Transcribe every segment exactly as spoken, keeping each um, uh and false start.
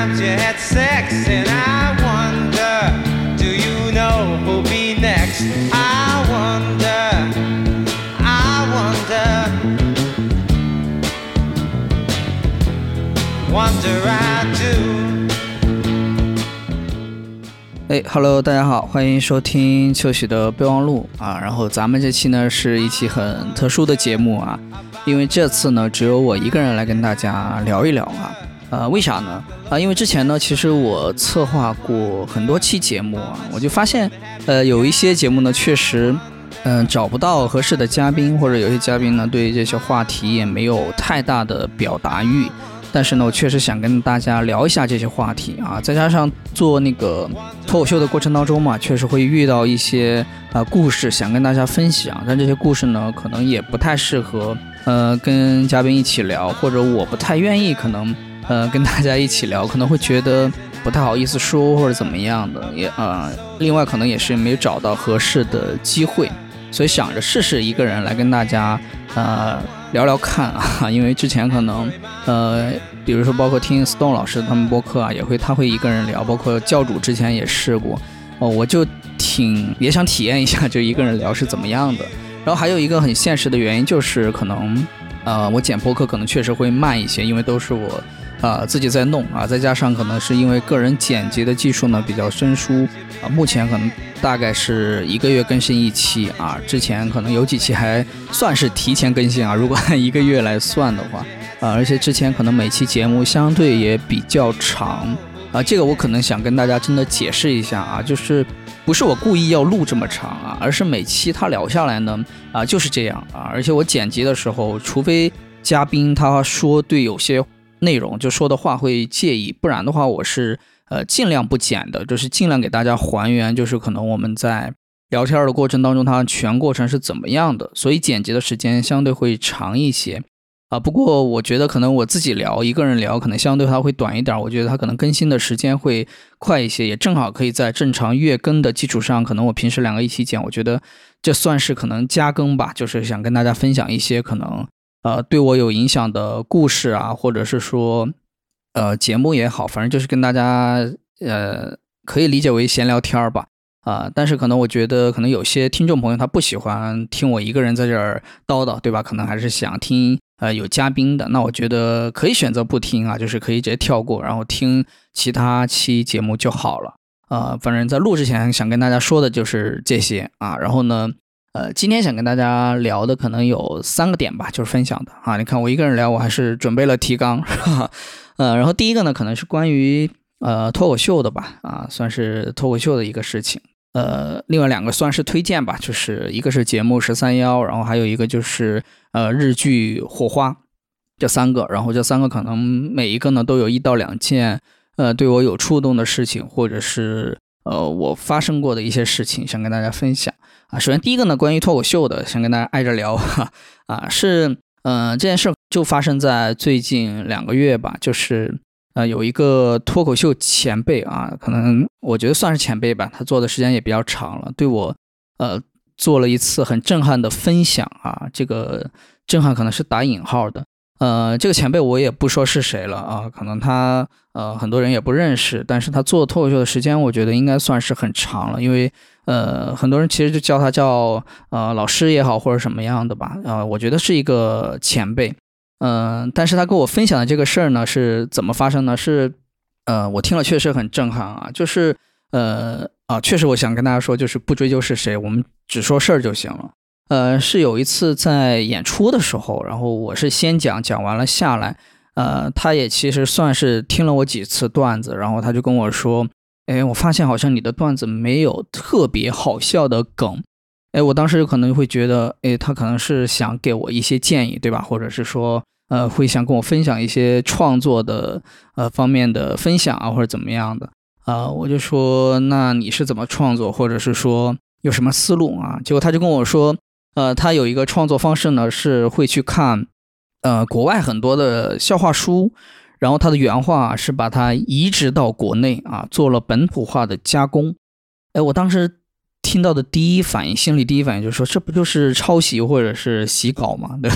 night you had sex, and I wonder, do you know who'll be next? I wonder, I wonder, wonder I do. 哎 ，Hello， 大家好，欢迎收听秋喜的备忘录啊。然后咱们这期呢是一期很特殊的节目啊，因为这次呢只有我一个人来跟大家聊一聊啊。呃，为啥呢？啊，因为之前呢，其实我策划过很多期节目啊，我就发现，呃，有一些节目呢确实，嗯、呃，找不到合适的嘉宾，或者有些嘉宾呢对这些话题也没有太大的表达欲。但是呢，我确实想跟大家聊一下这些话题啊，再加上做那个脱口秀的过程当中嘛，确实会遇到一些呃故事想跟大家分享，但这些故事呢，可能也不太适合呃跟嘉宾一起聊，或者我不太愿意可能呃跟大家一起聊，可能会觉得不太好意思说或者怎么样的，也呃另外可能也是没有找到合适的机会，所以想着试试一个人来跟大家呃聊聊看啊，因为之前可能呃，比如说包括听 Stone 老师他们播客啊，也会他会一个人聊，包括教主之前也试过哦，我就挺也想体验一下就一个人聊是怎么样的。然后还有一个很现实的原因就是可能呃，我剪播客可能确实会慢一些，因为都是我呃自己在弄啊，再加上可能是因为个人剪辑的技术呢比较生疏啊，目前可能大概是一个月更新一期啊，之前可能有几期还算是提前更新啊，如果按一个月来算的话啊，而且之前可能每期节目相对也比较长啊，这个我可能想跟大家真的解释一下啊，就是不是我故意要录这么长啊，而是每期他聊下来呢啊就是这样啊，而且我剪辑的时候，除非嘉宾他说对有些内容就说的话会介意，不然的话我是呃尽量不剪的，就是尽量给大家还原，就是可能我们在聊天的过程当中它全过程是怎么样的，所以剪辑的时间相对会长一些啊。不过我觉得可能我自己聊一个人聊可能相对它会短一点，我觉得它可能更新的时间会快一些，也正好可以在正常月更的基础上，可能我平时两个一起剪，我觉得这算是可能加更吧，就是想跟大家分享一些可能呃，对我有影响的故事啊，或者是说，呃，节目也好，反正就是跟大家，呃，可以理解为闲聊天吧，啊、呃，但是可能我觉得，可能有些听众朋友他不喜欢听我一个人在这儿叨叨，对吧？可能还是想听呃有嘉宾的，那我觉得可以选择不听啊，就是可以直接跳过，然后听其他期节目就好了。呃，反正在录之前想跟大家说的就是这些啊，然后呢。呃，今天想跟大家聊的可能有三个点吧，就是分享的啊。你看我一个人聊，我还是准备了提纲，呃，然后第一个呢，可能是关于呃脱口秀的吧，啊，算是脱口秀的一个事情。呃，另外两个算是推荐吧，就是一个是节目十三幺，然后还有一个就是呃日剧火花，这三个，然后这三个可能每一个呢都有一到两件呃对我有触动的事情，或者是呃我发生过的一些事情，想跟大家分享。啊，首先第一个呢，关于脱口秀的，想跟大家挨着聊哈啊，是嗯、呃、这件事就发生在最近两个月吧，就是呃有一个脱口秀前辈啊，可能我觉得算是前辈吧，他做的时间也比较长了，对我呃做了一次很震撼的分享啊，这个震撼可能是打引号的。呃，这个前辈我也不说是谁了啊，可能他呃很多人也不认识，但是他做脱口秀的时间，我觉得应该算是很长了，因为呃很多人其实就叫他叫呃老师也好或者什么样的吧，呃我觉得是一个前辈，嗯、呃，但是他跟我分享的这个事儿呢是怎么发生呢？是呃我听了确实很震撼啊，就是呃啊确实我想跟大家说，就是不追究是谁，我们只说事儿就行了。呃，是有一次在演出的时候，然后我是先讲，讲完了下来，呃，他也其实算是听了我几次段子，然后他就跟我说，哎，我发现好像你的段子没有特别好笑的梗，哎，我当时可能会觉得，哎，他可能是想给我一些建议，对吧？或者是说，呃，会想跟我分享一些创作的呃方面的分享啊，或者怎么样的啊、呃，我就说，那你是怎么创作，或者是说有什么思路啊？结果他就跟我说。呃，他有一个创作方式呢，是会去看，呃，国外很多的笑话书，然后他的原话是把它移植到国内啊，做了本土化的加工。哎，我当时听到的第一反应，心里第一反应就是说，这不就是抄袭或者是洗稿吗？对吧？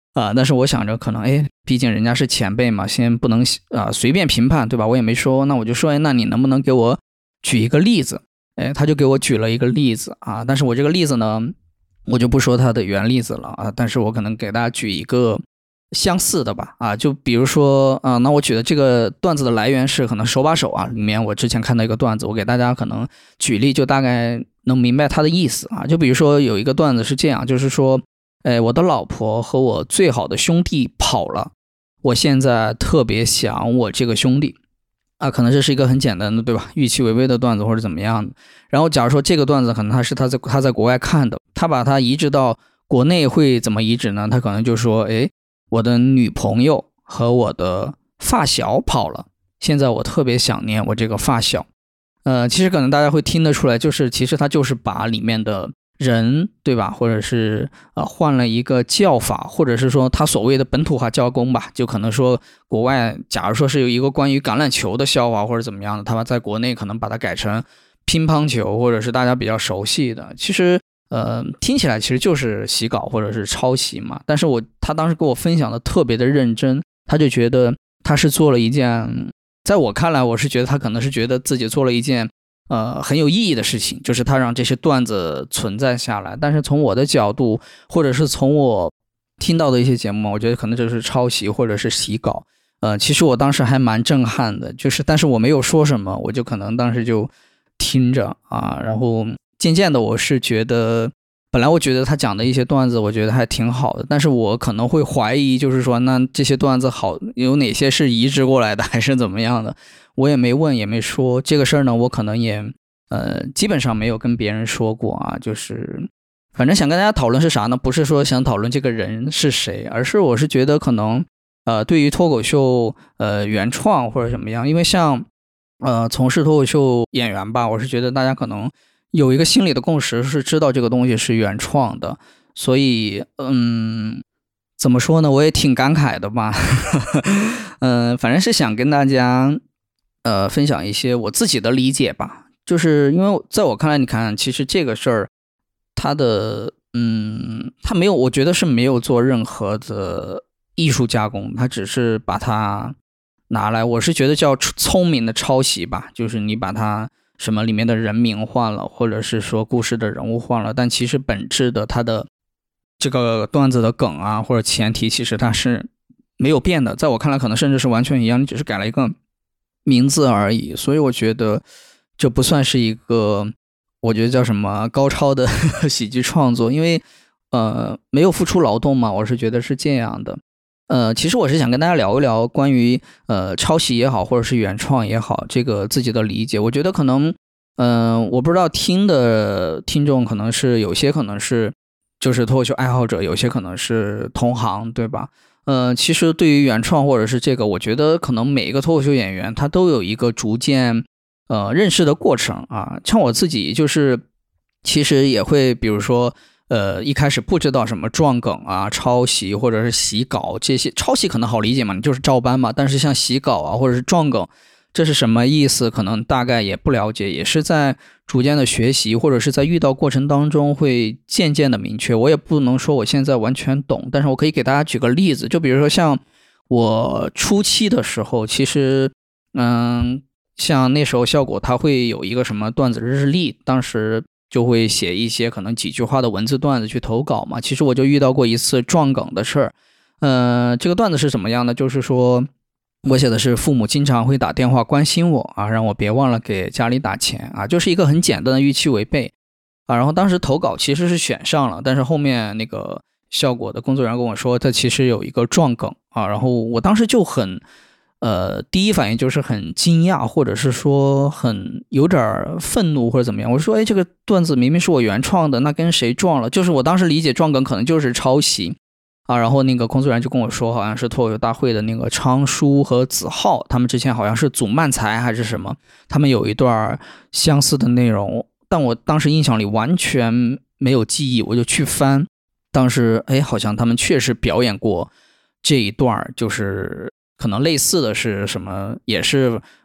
啊、但是我想着可能哎，毕竟人家是前辈嘛，先不能啊、随便评判，对吧？我也没说，那我就说哎，那你能不能给我举一个例子？哎，他就给我举了一个例子啊，但是我这个例子呢，我就不说它的原例子了啊，但是我可能给大家举一个相似的吧啊，就比如说啊，那我举的这个段子的来源是可能手把手啊里面我之前看到一个段子，我给大家可能举例就大概能明白它的意思啊，就比如说有一个段子是这样，就是说，哎，我的老婆和我最好的兄弟跑了，我现在特别想我这个兄弟。啊，可能这是一个很简单的，对吧？预期违背的段子或者怎么样的。然后假如说这个段子可能他是他在他在国外看的，他把它移植到国内会怎么移植呢？他可能就说，诶，我的女朋友和我的发小跑了，现在我特别想念我这个发小。呃，其实可能大家会听得出来，就是其实他就是把里面的人，对吧？或者是呃换了一个叫法，或者是说他所谓的本土化加工吧，就可能说国外假如说是有一个关于橄榄球的笑话或者怎么样的，他在国内可能把它改成乒乓球，或者是大家比较熟悉的，其实呃听起来其实就是洗稿或者是抄袭嘛。但是我他当时跟我分享的特别的认真，他就觉得他是做了一件，在我看来我是觉得他可能是觉得自己做了一件呃，很有意义的事情，就是他让这些段子存在下来。但是从我的角度，或者是从我听到的一些节目，我觉得可能就是抄袭或者是洗稿。呃，其实我当时还蛮震撼的，就是但是我没有说什么，我就可能当时就听着啊，然后渐渐的我是觉得，本来我觉得他讲的一些段子，我觉得还挺好的，但是我可能会怀疑，就是说那这些段子好有哪些是移植过来的，还是怎么样的？我也没问也没说这个事儿呢，我可能也呃基本上没有跟别人说过啊，就是反正想跟大家讨论是啥呢？不是说想讨论这个人是谁，而是我是觉得可能呃对于脱口秀呃原创或者怎么样，因为像呃从事脱口秀演员吧，我是觉得大家可能有一个心理的共识，是知道这个东西是原创的，所以嗯。怎么说呢？我也挺感慨的吧，嗯、呃，反正是想跟大家呃，分享一些我自己的理解吧，就是因为在我看来，你看，其实这个事儿，它的，嗯，它没有，我觉得是没有做任何的艺术加工，它只是把它拿来，我是觉得叫聪明的抄袭吧，就是你把它什么里面的人名换了，或者是说故事的人物换了，但其实本质的它的这个段子的梗啊，或者前提，其实它是没有变的，在我看来，可能甚至是完全一样，你只是改了一个名字而已，所以我觉得这不算是一个，我觉得叫什么高超的喜剧创作，因为呃没有付出劳动嘛，我是觉得是这样的。呃，其实我是想跟大家聊一聊关于呃抄袭也好，或者是原创也好，这个自己的理解。我觉得可能，嗯、呃，我不知道听的听众可能是有些可能是就是脱口秀爱好者，有些可能是同行，对吧？呃，其实对于原创或者是这个，我觉得可能每一个脱口秀演员他都有一个逐渐呃认识的过程啊。像我自己就是其实也会比如说呃一开始不知道什么撞梗啊、抄袭或者是洗稿这些，抄袭可能好理解嘛，你就是照搬嘛。但是像洗稿啊或者是撞梗，这是什么意思？可能大概也不了解，也是在逐渐的学习，或者是在遇到过程当中会渐渐的明确。我也不能说我现在完全懂，但是我可以给大家举个例子，就比如说像我初期的时候，其实嗯，像那时候效果它会有一个什么段子日历，当时就会写一些可能几句话的文字段子去投稿嘛。其实我就遇到过一次撞梗的事儿，呃，这个段子是怎么样的？就是说我写的是父母经常会打电话关心我啊，让我别忘了给家里打钱啊，就是一个很简单的预期违背啊。然后当时投稿其实是选上了，但是后面那个效果的工作人员跟我说，他其实有一个撞梗啊。然后我当时就很呃，第一反应就是很惊讶，或者是说很有点愤怒或者怎么样。我说，哎，这个段子明明是我原创的，那跟谁撞了？就是我当时理解撞梗可能就是抄袭。啊，然后那个工作人员就跟我说，好像是脱口秀大会的那个昌叔和子浩，他们之前好像是组漫才还是什么，他们有一段相似的内容，但我当时印象里完全没有记忆，我就去翻，当时哎，好像他们确实表演过这一段，就是可能类似的是什么，也是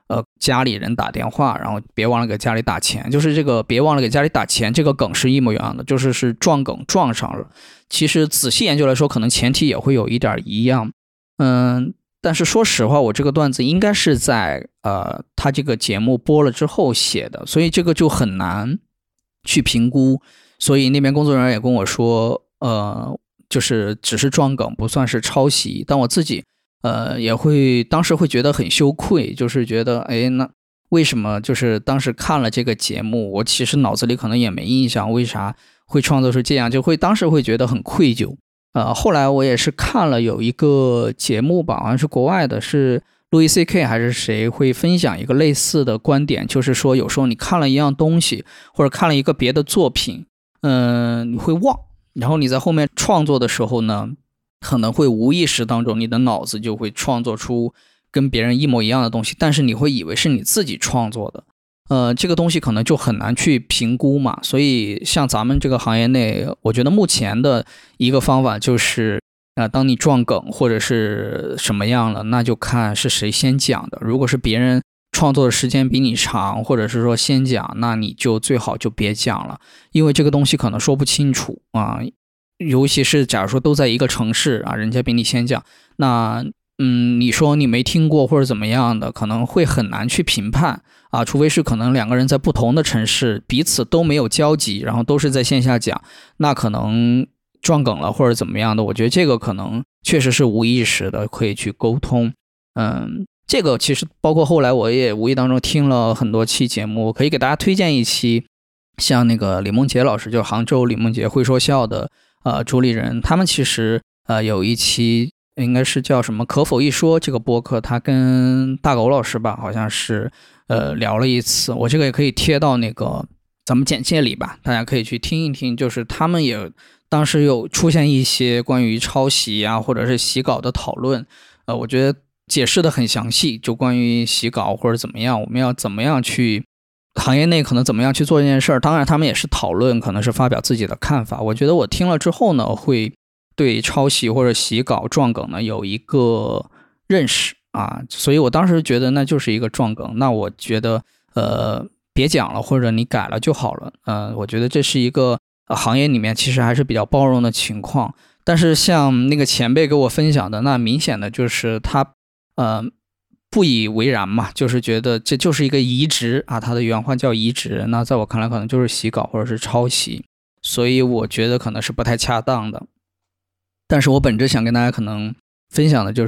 呃家里人打电话，然后别忘了给家里打钱，就是这个别忘了给家里打钱这个梗是一模一样的，就是是撞梗撞上了。其实仔细研究来说，可能前提也会有一点一样，嗯。但是说实话，我这个段子应该是在呃他这个节目播了之后写的，所以这个就很难去评估。所以那边工作人员也跟我说，呃，就是只是撞梗，不算是抄袭。但我自己呃也会当时会觉得很羞愧，就是觉得哎，那为什么就是当时看了这个节目，我其实脑子里可能也没印象，为啥会创作出这样，就会当时会觉得很愧疚。呃，后来我也是看了有一个节目吧，好像是国外的，是路易 C K 还是谁会分享一个类似的观点，就是说有时候你看了一样东西，或者看了一个别的作品，嗯、呃，你会忘，然后你在后面创作的时候呢，可能会无意识当中你的脑子就会创作出跟别人一模一样的东西，但是你会以为是你自己创作的。呃，这个东西可能就很难去评估嘛，所以像咱们这个行业内，我觉得目前的一个方法就是，呃，当你撞梗或者是什么样了，那就看是谁先讲的。如果是别人创作的时间比你长，或者是说先讲，那你就最好就别讲了，因为这个东西可能说不清楚啊。尤其是假如说都在一个城市啊，人家比你先讲，那嗯，你说你没听过或者怎么样的，可能会很难去评判啊，除非是可能两个人在不同的城市，彼此都没有交集，然后都是在线下讲，那可能撞梗了或者怎么样的，我觉得这个可能确实是无意识的可以去沟通。嗯，这个其实包括后来我也无意当中听了很多期节目，我可以给大家推荐一期，像那个李梦洁老师，就是杭州李梦洁会说笑的呃主理人，他们其实呃有一期应该是叫什么可否一说这个播客，他跟大狗老师吧好像是呃聊了一次，我这个也可以贴到那个咱们简介里吧，大家可以去听一听，就是他们也当时有出现一些关于抄袭啊或者是洗稿的讨论，呃我觉得解释的很详细，就关于洗稿或者怎么样，我们要怎么样去行业内可能怎么样去做这件事儿，当然他们也是讨论，可能是发表自己的看法。我觉得我听了之后呢，会对抄袭或者洗稿撞梗呢有一个认识啊，所以我当时觉得那就是一个撞梗，那我觉得呃别讲了，或者你改了就好了。呃，我觉得这是一个、呃、行业里面其实还是比较包容的情况。但是像那个前辈给我分享的，那明显的就是他呃不以为然嘛，就是觉得这就是一个移植啊，他的原话叫移植，那在我看来可能就是洗稿或者是抄袭，所以我觉得可能是不太恰当的。但是我本质想跟大家可能分享的就是，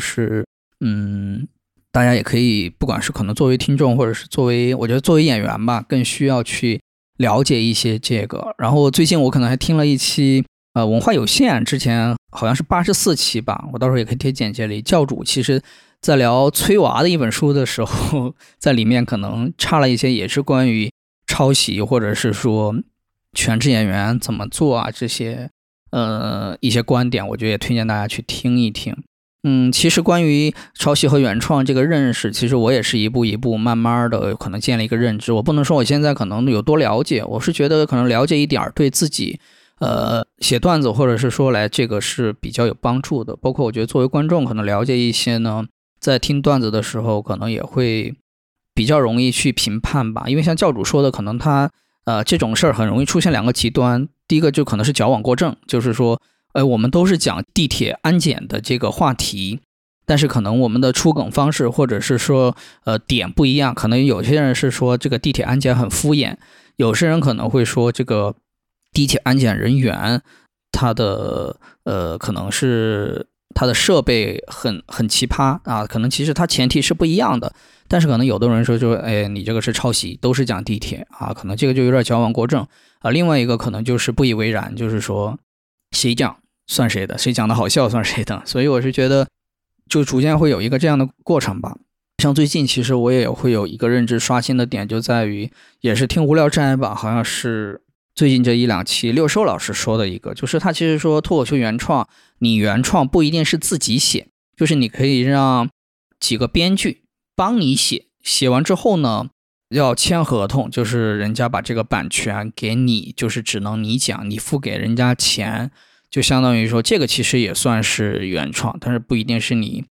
嗯，大家也可以不管是可能作为听众，或者是作为我觉得作为演员吧，更需要去了解一些这个。然后最近我可能还听了一期呃文化有限，之前好像是八十四期吧，我到时候也可以贴简介里，教主其实在聊崔娃的一本书的时候，在里面可能插了一些也是关于抄袭或者是说全职演员怎么做啊这些呃一些观点，我觉得也推荐大家去听一听。嗯，其实关于抄袭和原创这个认识，其实我也是一步一步慢慢的可能建立一个认知，我不能说我现在可能有多了解，我是觉得可能了解一点对自己呃写段子或者是说来这个是比较有帮助的。包括我觉得作为观众可能了解一些呢，在听段子的时候可能也会比较容易去评判吧，因为像教主说的，可能他呃这种事儿很容易出现两个极端，第一个就可能是矫枉过正，就是说呃我们都是讲地铁安检的这个话题，但是可能我们的出梗方式或者是说呃点不一样，可能有些人是说这个地铁安检很敷衍，有些人可能会说这个地铁安检人员他的呃可能是它的设备很很奇葩啊，可能其实它前提是不一样的，但是可能有的人说就哎你这个是抄袭，都是讲地铁啊，可能这个就有点矫枉过正啊。另外一个可能就是不以为然，就是说谁讲算谁的，谁讲的好笑算谁的，所以我是觉得就逐渐会有一个这样的过程吧。像最近其实我也会有一个认知刷新的点，就在于也是听无聊斋吧，好像是最近这一两期六寿老师说的一个，就是他其实说脱口秀原创，你原创不一定是自己写，就是你可以让几个编剧帮你写，写完之后呢要签合同，就是人家把这个版权给你，就是只能你讲，你付给人家钱，就相当于说这个其实也算是原创，但是不一定是你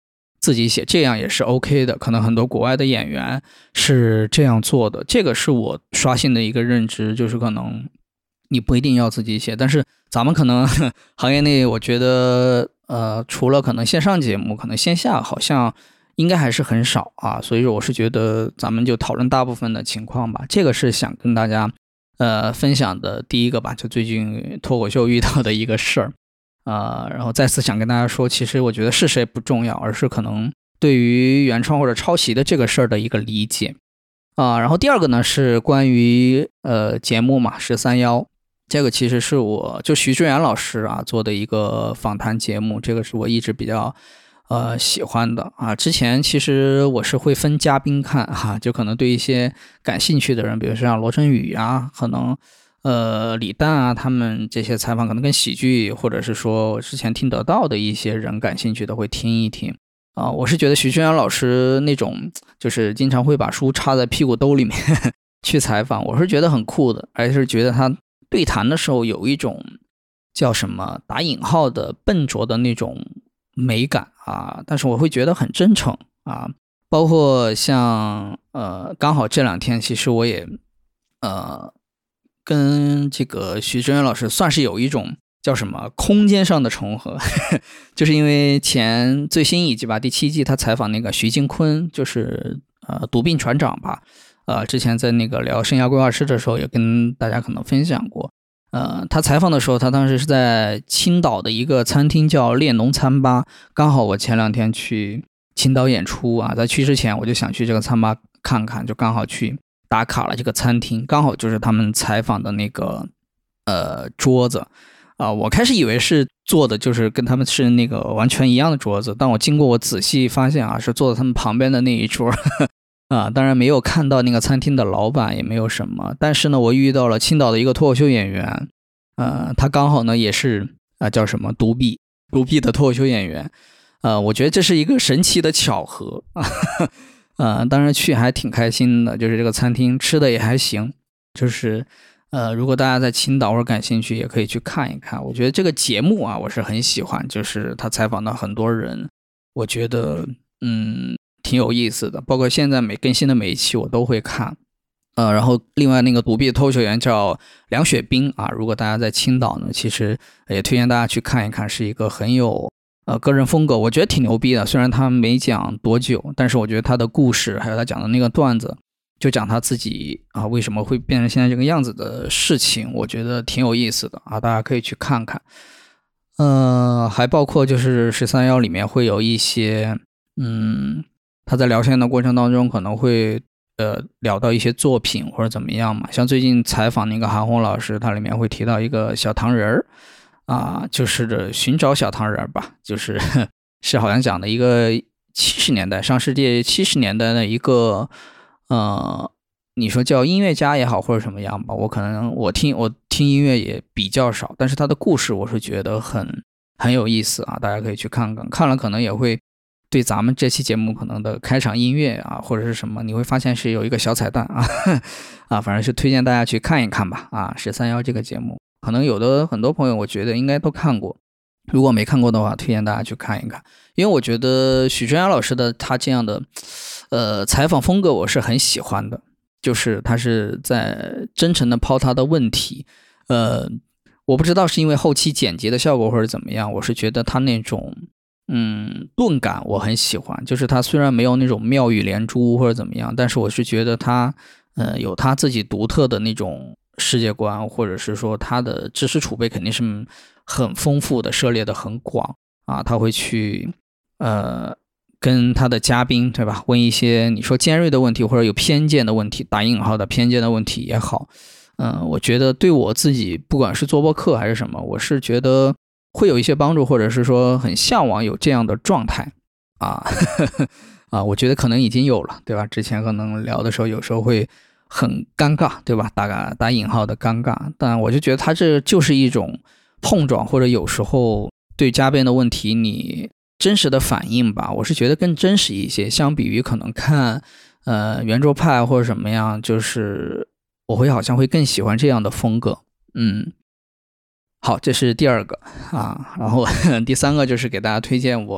自己写，这样也是 OK 的。可能很多国外的演员是这样做的，这个是我刷新的一个认知，就是可能你不一定要自己写，但是咱们可能行业内，我觉得呃，除了可能线上节目，可能线下好像应该还是很少啊。所以说，我是觉得咱们就讨论大部分的情况吧。这个是想跟大家呃分享的第一个吧，就最近脱口秀遇到的一个事儿。啊、呃，然后再次想跟大家说，其实我觉得是谁不重要，而是可能对于原创或者抄袭的这个事儿的一个理解啊、呃。然后第二个呢是关于呃节目嘛，十三邀，这个其实是我就徐志远老师啊做的一个访谈节目，这个是我一直比较呃喜欢的啊。之前其实我是会分嘉宾看哈、啊，就可能对一些感兴趣的人，比如说像罗振宇啊，可能。呃，李诞啊，他们这些采访可能跟喜剧，或者是说我之前听得到的一些人感兴趣的，会听一听啊、呃。我是觉得徐志远老师那种，就是经常会把书插在屁股兜里面去采访，我是觉得很酷的，而是觉得他对谈的时候有一种叫什么打引号的笨拙的那种美感啊，但是我会觉得很真诚啊。包括像呃，刚好这两天其实我也呃。跟这个徐志远老师算是有一种叫什么空间上的重合就是因为前最新一季吧，第七季他采访那个徐金坤，就是呃毒病船长吧，呃之前在那个聊生涯规划师的时候也跟大家可能分享过，呃他采访的时候他当时是在青岛的一个餐厅叫列侬餐吧，刚好我前两天去青岛演出啊，在去之前我就想去这个餐吧看看，就刚好去打卡了这个餐厅，刚好就是他们采访的那个呃桌子啊、呃，我开始以为是坐的就是跟他们是那个完全一样的桌子，但我经过我仔细发现啊，是坐在他们旁边的那一桌啊，当然没有看到那个餐厅的老板，也没有什么，但是呢，我遇到了青岛的一个脱口秀演员，呃，他刚好呢也是啊、呃、叫什么独臂独臂的脱口秀演员，呃，我觉得这是一个神奇的巧合啊。呃，当然去还挺开心的，就是这个餐厅吃的也还行，就是呃，如果大家在青岛或者感兴趣，也可以去看一看。我觉得这个节目啊，我是很喜欢，就是他采访到很多人，我觉得嗯挺有意思的，包括现在每更新的每一期我都会看。呃，然后另外那个独臂脱口秀员叫梁雪冰啊，如果大家在青岛呢，其实也推荐大家去看一看，是一个很有。呃，个人风格我觉得挺牛逼的，虽然他没讲多久，但是我觉得他的故事还有他讲的那个段子，就讲他自己啊为什么会变成现在这个样子的事情，我觉得挺有意思的啊，大家可以去看看。呃，还包括就是十三邀里面会有一些，嗯，他在聊天的过程当中可能会呃聊到一些作品或者怎么样嘛，像最近采访那个韩红老师，他里面会提到一个小糖人儿。啊，就是寻找小糖人吧，就是是好像讲的一个七十年代上世纪七十年代的一个呃，你说叫音乐家也好或者什么样吧，我可能我听我听音乐也比较少，但是他的故事我是觉得很很有意思啊，大家可以去看看，看了可能也会对咱们这期节目可能的开场音乐啊或者是什么，你会发现是有一个小彩蛋啊啊，反正是推荐大家去看一看吧啊，十三邀这个节目。可能有的很多朋友我觉得应该都看过，如果没看过的话推荐大家去看一看，因为我觉得许志远老师的他这样的呃采访风格我是很喜欢的，就是他是在真诚的抛他的问题，呃我不知道是因为后期剪辑的效果或者怎么样，我是觉得他那种嗯钝感我很喜欢，就是他虽然没有那种妙语连珠或者怎么样，但是我是觉得他呃有他自己独特的那种世界观，或者是说他的知识储备肯定是很丰富的，涉猎的很广啊，他会去呃跟他的嘉宾对吧，问一些你说尖锐的问题或者有偏见的问题，打引号的偏见的问题也好，嗯、呃，我觉得对我自己不管是做播客还是什么，我是觉得会有一些帮助，或者是说很向往有这样的状态啊啊，我觉得可能已经有了对吧，之前可能聊的时候有时候会很尴尬对吧，打打引号的尴尬，但我就觉得它这就是一种碰撞，或者有时候对嘉宾的问题你真实的反应吧，我是觉得更真实一些，相比于可能看呃圆桌派或者什么样，就是我会好像会更喜欢这样的风格。嗯，好，这是第二个啊，然后第三个就是给大家推荐我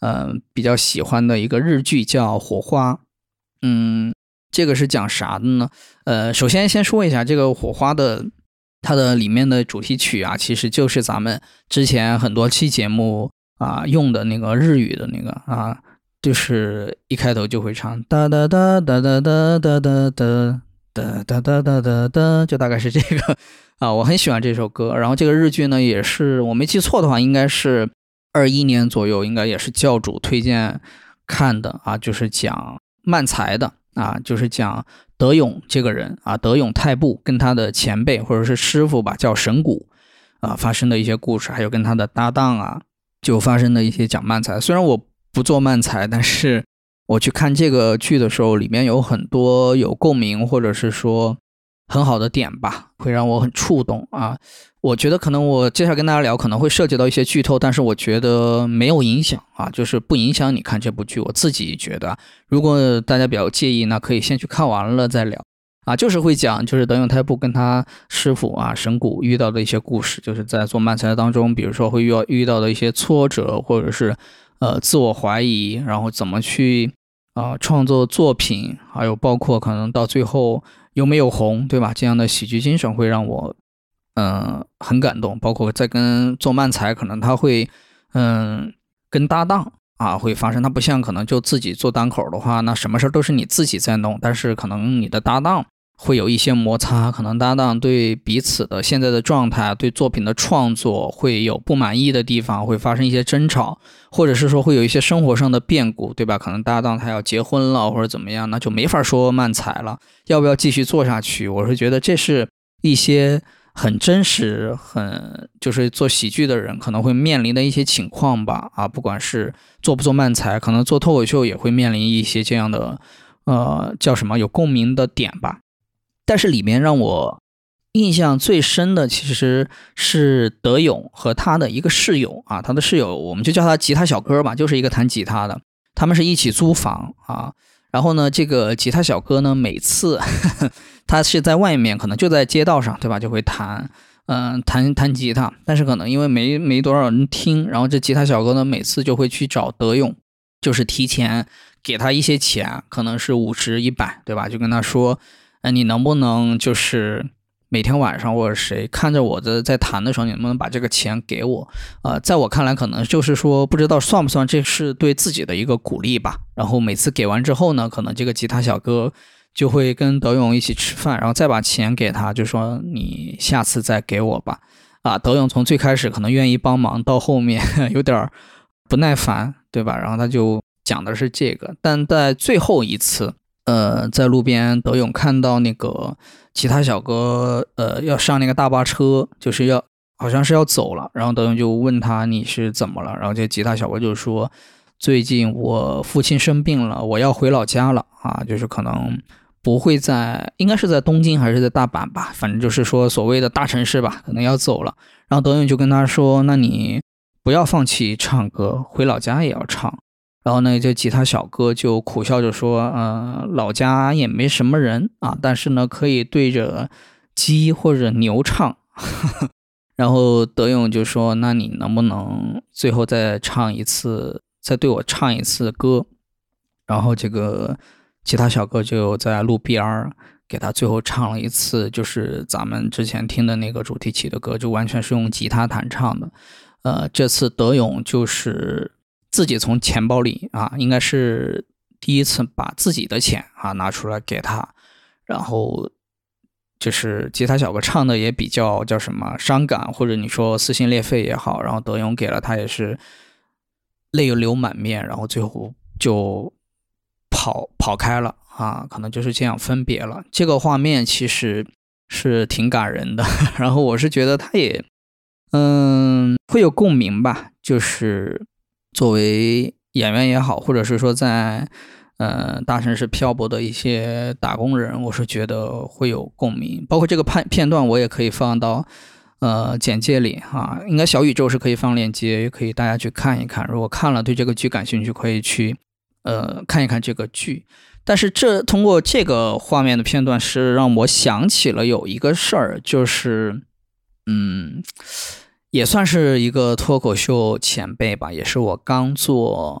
呃比较喜欢的一个日剧叫《火花》。嗯，这个是讲啥的呢？呃，首先先说一下这个《火花》的它的里面的主题曲啊，其实就是咱们之前很多期节目啊用的那个日语的那个啊，就是一开头就会唱哒哒哒哒哒哒哒哒哒哒哒哒哒哒哒，就大概是这个啊，我很喜欢这首歌。然后这个日剧呢，也是我没记错的话，应该是二一年左右，应该也是教主推荐看的啊，就是讲漫才的啊，就是讲德勇这个人啊，德勇太部跟他的前辈或者是师傅吧，叫神谷啊，发生的一些故事，还有跟他的搭档啊，就发生的一些讲漫才。虽然我不做漫才，但是我去看这个剧的时候，里面有很多有共鸣，或者是说很好的点吧，会让我很触动啊。我觉得可能我接下来跟大家聊可能会涉及到一些剧透，但是我觉得没有影响啊，就是不影响你看这部剧。我自己觉得，如果大家比较介意，那可以先去看完了再聊啊。就是会讲，就是德永太部跟他师傅啊神谷遇到的一些故事，就是在做漫才当中，比如说会遇到遇到的一些挫折，或者是呃自我怀疑，然后怎么去啊、呃、创作作品，还有包括可能到最后有没有红，对吧？这样的喜剧精神会让我嗯、呃，很感动。包括在跟做漫才，可能他会嗯、呃、跟搭档啊会发生，他不像可能就自己做单口的话，那什么事都是你自己在弄，但是可能你的搭档会有一些摩擦，可能搭档对彼此的现在的状态，对作品的创作会有不满意的地方，会发生一些争吵，或者是说会有一些生活上的变故，对吧？可能搭档他要结婚了或者怎么样，那就没法说漫才了，要不要继续做下去？我是觉得这是一些很真实，很就是做喜剧的人可能会面临的一些情况吧。啊，不管是做不做漫才，可能做脱口秀也会面临一些这样的，呃，叫什么有共鸣的点吧。但是里面让我印象最深的其实是德勇和他的一个室友啊，他的室友我们就叫他吉他小哥吧，就是一个弹吉他的，他们是一起租房啊。然后呢，这个吉他小哥呢，每次呵呵他是在外面，可能就在街道上，对吧？就会弹，嗯、呃，弹弹吉他。但是可能因为没没多少人听，然后这吉他小哥呢，每次就会去找德勇，就是提前给他一些钱，可能是五十、一百，对吧？就跟他说，呃，你能不能就是每天晚上或者谁看着我的在弹的时候，你能不能把这个钱给我？呃，在我看来，可能就是说不知道算不算这是对自己的一个鼓励吧。然后每次给完之后呢，可能这个吉他小哥就会跟德勇一起吃饭，然后再把钱给他，就说你下次再给我吧。啊，德勇从最开始可能愿意帮忙，到后面有点不耐烦，对吧？然后他就讲的是这个，但在最后一次。呃，在路边，德勇看到那个吉他小哥，呃，要上那个大巴车，就是要好像是要走了，然后德勇就问他你是怎么了，然后这吉他小哥就说，最近我父亲生病了，我要回老家了啊，就是可能不会在，应该是在东京还是在大阪吧，反正就是说所谓的大城市吧，可能要走了。然后德勇就跟他说，那你不要放弃唱歌，回老家也要唱。然后呢，这吉他小哥就苦笑着说，呃，老家也没什么人啊，但是呢，可以对着鸡或者牛唱。然后德勇就说，那你能不能最后再唱一次，再对我唱一次歌？然后这个吉他小哥就在路边给他最后唱了一次，就是咱们之前听的那个主题曲的歌，就完全是用吉他弹唱的。呃，这次德勇就是自己从钱包里啊，应该是第一次把自己的钱啊拿出来给他，然后就是吉他小哥唱的也比较叫什么伤感，或者你说撕心裂肺也好，然后德勇给了他也是泪流满面，然后最后就跑跑开了啊，可能就是这样分别了。这个画面其实是挺感人的，然后我是觉得他也嗯会有共鸣吧，就是作为演员也好，或者是说在呃大城市漂泊的一些打工人，我是觉得会有共鸣。包括这个片片段我也可以放到呃简介里啊，应该小宇宙是可以放链接，也可以大家去看一看。如果看了对这个剧感兴趣，可以去呃看一看这个剧。但是这通过这个画面的片段是让我想起了有一个事儿，就是嗯也算是一个脱口秀前辈吧，也是我刚做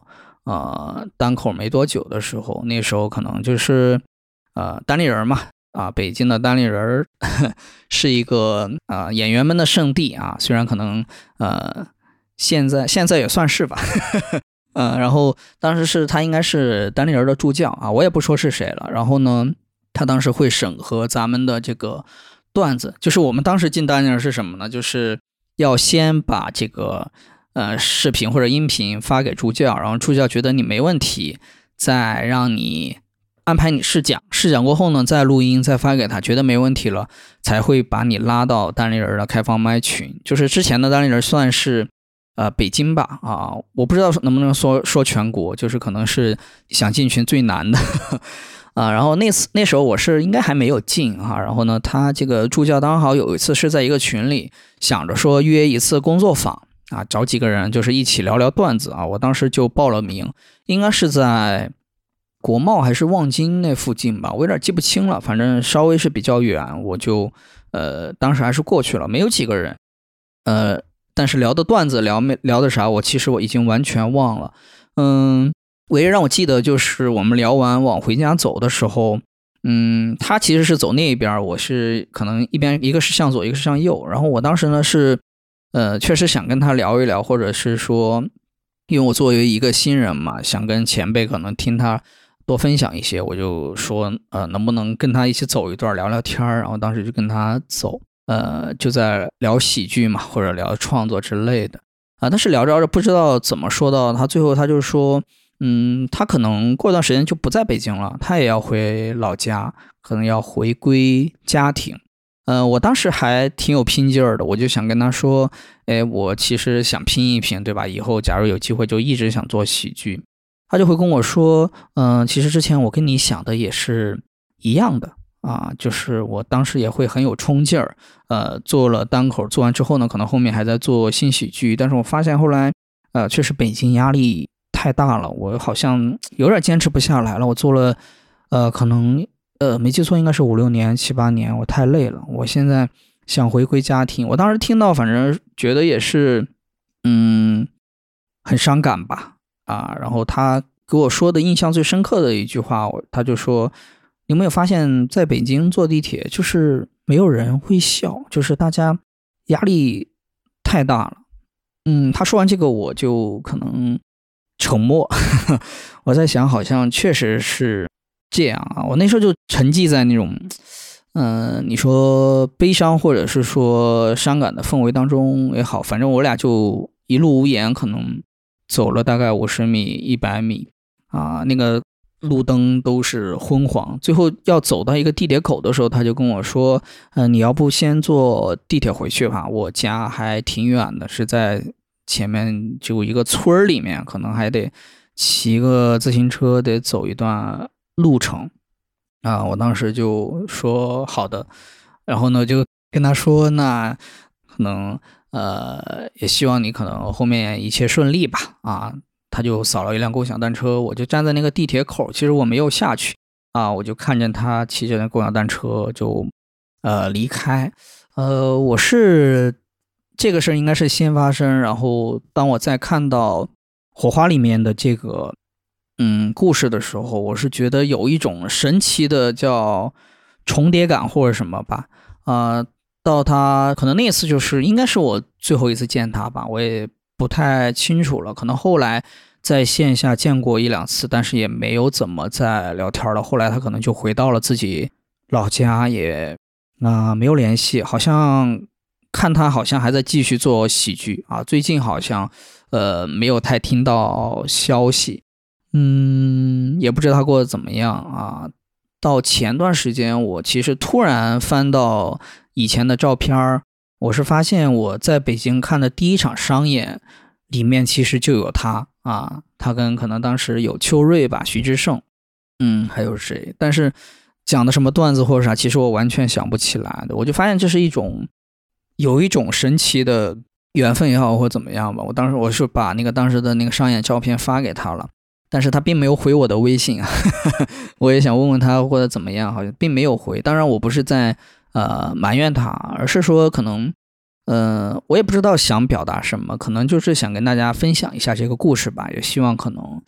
呃单口没多久的时候，那时候可能就是呃单立人嘛，啊，北京的单立人是一个呃演员们的圣地啊，虽然可能呃现在现在也算是吧。呃，然后当时是他应该是单立人的助教啊，我也不说是谁了。然后呢，他当时会审核咱们的这个段子，就是我们当时进单立人是什么呢？就是要先把这个呃视频或者音频发给助教，然后助教觉得你没问题，再让你安排你试讲，试讲过后呢，再录音再发给他，觉得没问题了，才会把你拉到单立人的开放麦群。就是之前的单立人算是呃，北京吧，啊，我不知道能不能说说全国，就是可能是想进群最难的，啊，然后那次那时候我是应该还没有进啊，然后呢，他这个助教刚好有一次是在一个群里想着说约一次工作坊啊，找几个人就是一起聊聊段子啊，我当时就报了名，应该是在国贸还是望京那附近吧，我有点记不清了，反正稍微是比较远，我就呃当时还是过去了，没有几个人，呃。但是聊的段子聊没聊的啥，我其实我已经完全忘了。嗯，唯一让我记得就是我们聊完往回家走的时候，嗯，他其实是走那一边，我是可能一边一个是向左，一个是向右。然后我当时呢是，呃，确实想跟他聊一聊，或者是说，因为我作为一个新人嘛，想跟前辈可能听他多分享一些，我就说，呃，能不能跟他一起走一段聊聊天，然后当时就跟他走。呃，就在聊喜剧嘛，或者聊创作之类的啊。但是聊着聊着，不知道怎么说到他最后，他就说，嗯，他可能过段时间就不在北京了，他也要回老家，可能要回归家庭。呃，我当时还挺有拼劲儿的，我就想跟他说，哎，我其实想拼一拼，对吧？以后假如有机会，就一直想做喜剧。他就会跟我说，嗯、呃，其实之前我跟你想的也是一样的。啊，就是我当时也会很有冲劲儿，呃，做了单口，做完之后呢，可能后面还在做新喜剧，但是我发现后来，呃，确实北京压力太大了，我好像有点坚持不下来了。我做了，呃，可能呃没记错应该是五六年、七八年，我太累了。我现在想回归家庭，我当时听到，反正觉得也是，嗯，很伤感吧，啊，然后他给我说的印象最深刻的一句话，他就说。你有没有发现在北京坐地铁就是没有人会笑，就是大家压力太大了。嗯，他说完这个我就可能沉默，我在想好像确实是这样啊。我那时候就沉寂在那种嗯、呃，你说悲伤或者是说伤感的氛围当中也好，反正我俩就一路无言，可能走了大概五十米一百米啊，那个路灯都是昏黄，最后要走到一个地铁口的时候，他就跟我说，呃，你要不先坐地铁回去吧，我家还挺远的，是在前面就一个村里面，可能还得骑个自行车得走一段路程啊。我当时就说好的，然后呢就跟他说，那可能呃也希望你可能后面一切顺利吧啊。他就扫了一辆共享单车，我就站在那个地铁口，其实我没有下去啊，我就看见他骑着那共享单车就呃离开。呃，我是这个事儿应该是先发生，然后当我在看到火花里面的这个嗯故事的时候，我是觉得有一种神奇的叫重叠感或者什么吧。啊、呃，到他可能那次就是应该是我最后一次见他吧，我也不太清楚了，可能后来在线下见过一两次，但是也没有怎么再聊天了。后来他可能就回到了自己老家，也啊、呃、没有联系。好像看他好像还在继续做喜剧啊，最近好像呃没有太听到消息，嗯，也不知道他过得怎么样啊。到前段时间，我其实突然翻到以前的照片，我是发现我在北京看的第一场商演里面其实就有他啊，他跟可能当时有邱瑞吧、徐志胜，嗯，还有谁？但是讲的什么段子或者啥，其实我完全想不起来的。我就发现这是一种有一种神奇的缘分也好，或怎么样吧。我当时我是把那个当时的那个商演照片发给他了，但是他并没有回我的微信啊。我也想问问他或者怎么样，好像并没有回。当然我不是在呃埋怨他，而是说可能呃我也不知道想表达什么，可能就是想跟大家分享一下这个故事吧，也希望可能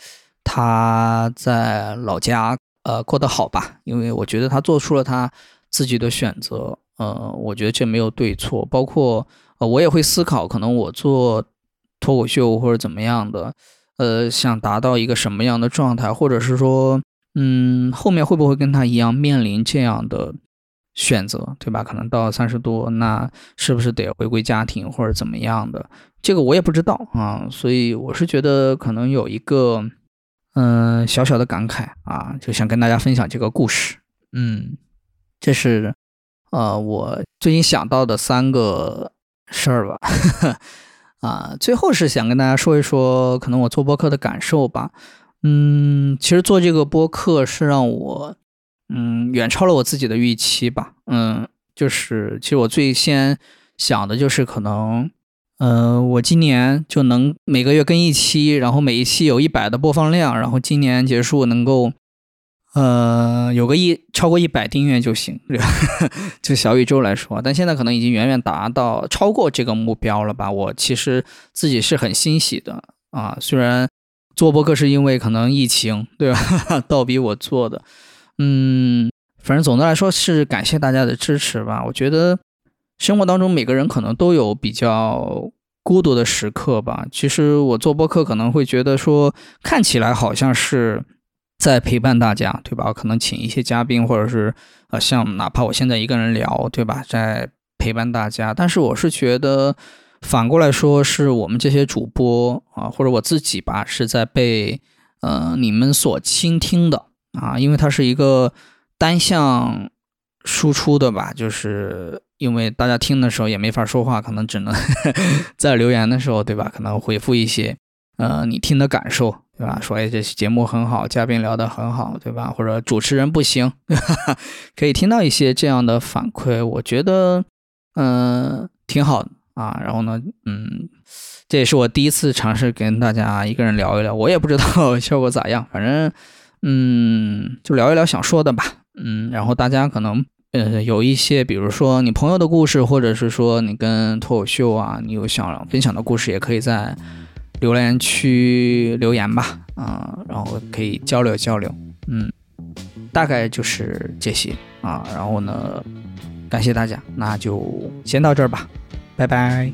他在老家呃过得好吧，因为我觉得他做出了他自己的选择，呃，我觉得这没有对错，包括呃我也会思考，可能我做脱口秀或者怎么样的，呃，想达到一个什么样的状态，或者是说，嗯，后面会不会跟他一样面临这样的选择，对吧？可能到三十多，那是不是得回归家庭或者怎么样的？这个我也不知道啊，所以我是觉得可能有一个，嗯、呃，小小的感慨啊，就想跟大家分享这个故事。嗯，这是呃我最近想到的三个事儿吧。啊，最后是想跟大家说一说，可能我做播客的感受吧。嗯，其实做这个播客是让我。嗯，远超了我自己的预期吧。嗯，就是其实我最先想的就是可能，呃，我今年就能每个月更一期，然后每一期有一百的播放量，然后今年结束能够，呃，有个一超过一百订阅就行。就小宇宙来说，但现在可能已经远远达到超过这个目标了吧。我其实自己是很欣喜的啊，虽然做播客是因为可能疫情，对吧？倒逼我做的。嗯，反正总的来说是感谢大家的支持吧。我觉得生活当中每个人可能都有比较孤独的时刻吧。其实我做播客可能会觉得说，看起来好像是在陪伴大家，对吧？可能请一些嘉宾，或者是呃，像哪怕我现在一个人聊，对吧？在陪伴大家。但是我是觉得反过来说，是我们这些主播啊，或者我自己吧，是在被呃你们所倾听的。啊，因为它是一个单向输出的吧，就是因为大家听的时候也没法说话，可能只能在留言的时候，对吧？可能回复一些呃你听的感受，对吧？说哎这节目很好，嘉宾聊得很好，对吧？或者主持人不行，对吧？可以听到一些这样的反馈，我觉得嗯、呃、挺好的啊。然后呢，嗯，这也是我第一次尝试跟大家一个人聊一聊，我也不知道效果咋样，反正。嗯，就聊一聊想说的吧。嗯，然后大家可能呃有一些，比如说你朋友的故事，或者是说你跟脱口秀啊，你有想分享的故事，也可以在留言区留言吧。啊、呃，然后可以交流交流。嗯，大概就是这些啊。然后呢，感谢大家，那就先到这儿吧，拜拜。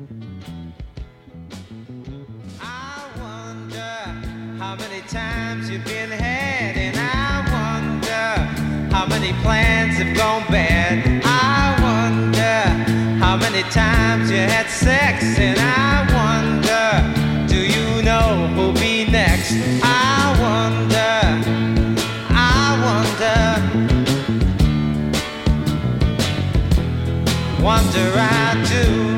How many plans have gone bad? I wonder how many times you had sex. And I wonder, do you know who'll be next? I wonder, I wonder, wonder I do.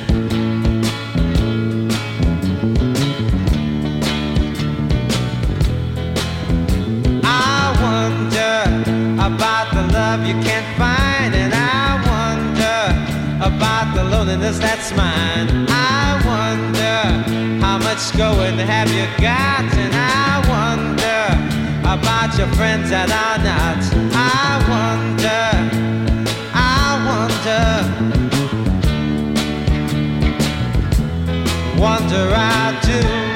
About the love you can't find, and I wonder about the loneliness that's mine. I wonder how much going have you got, and I wonder about your friends that are not. I wonder, I wonder, wonder I do.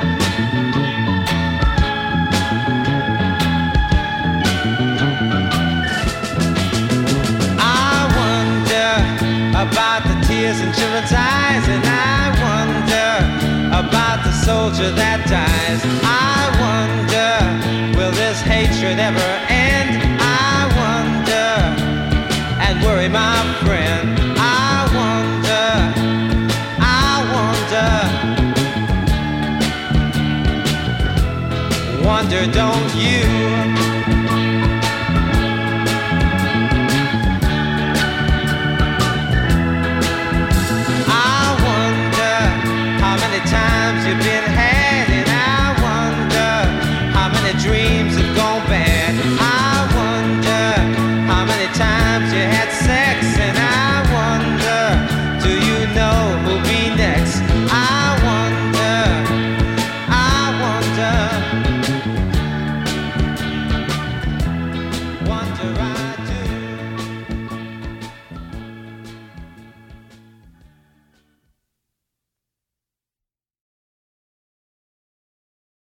About the tears in children's eyes, and I wonder about the soldier that dies. I wonder, will this hatred ever end? I wonder and worry, my friend.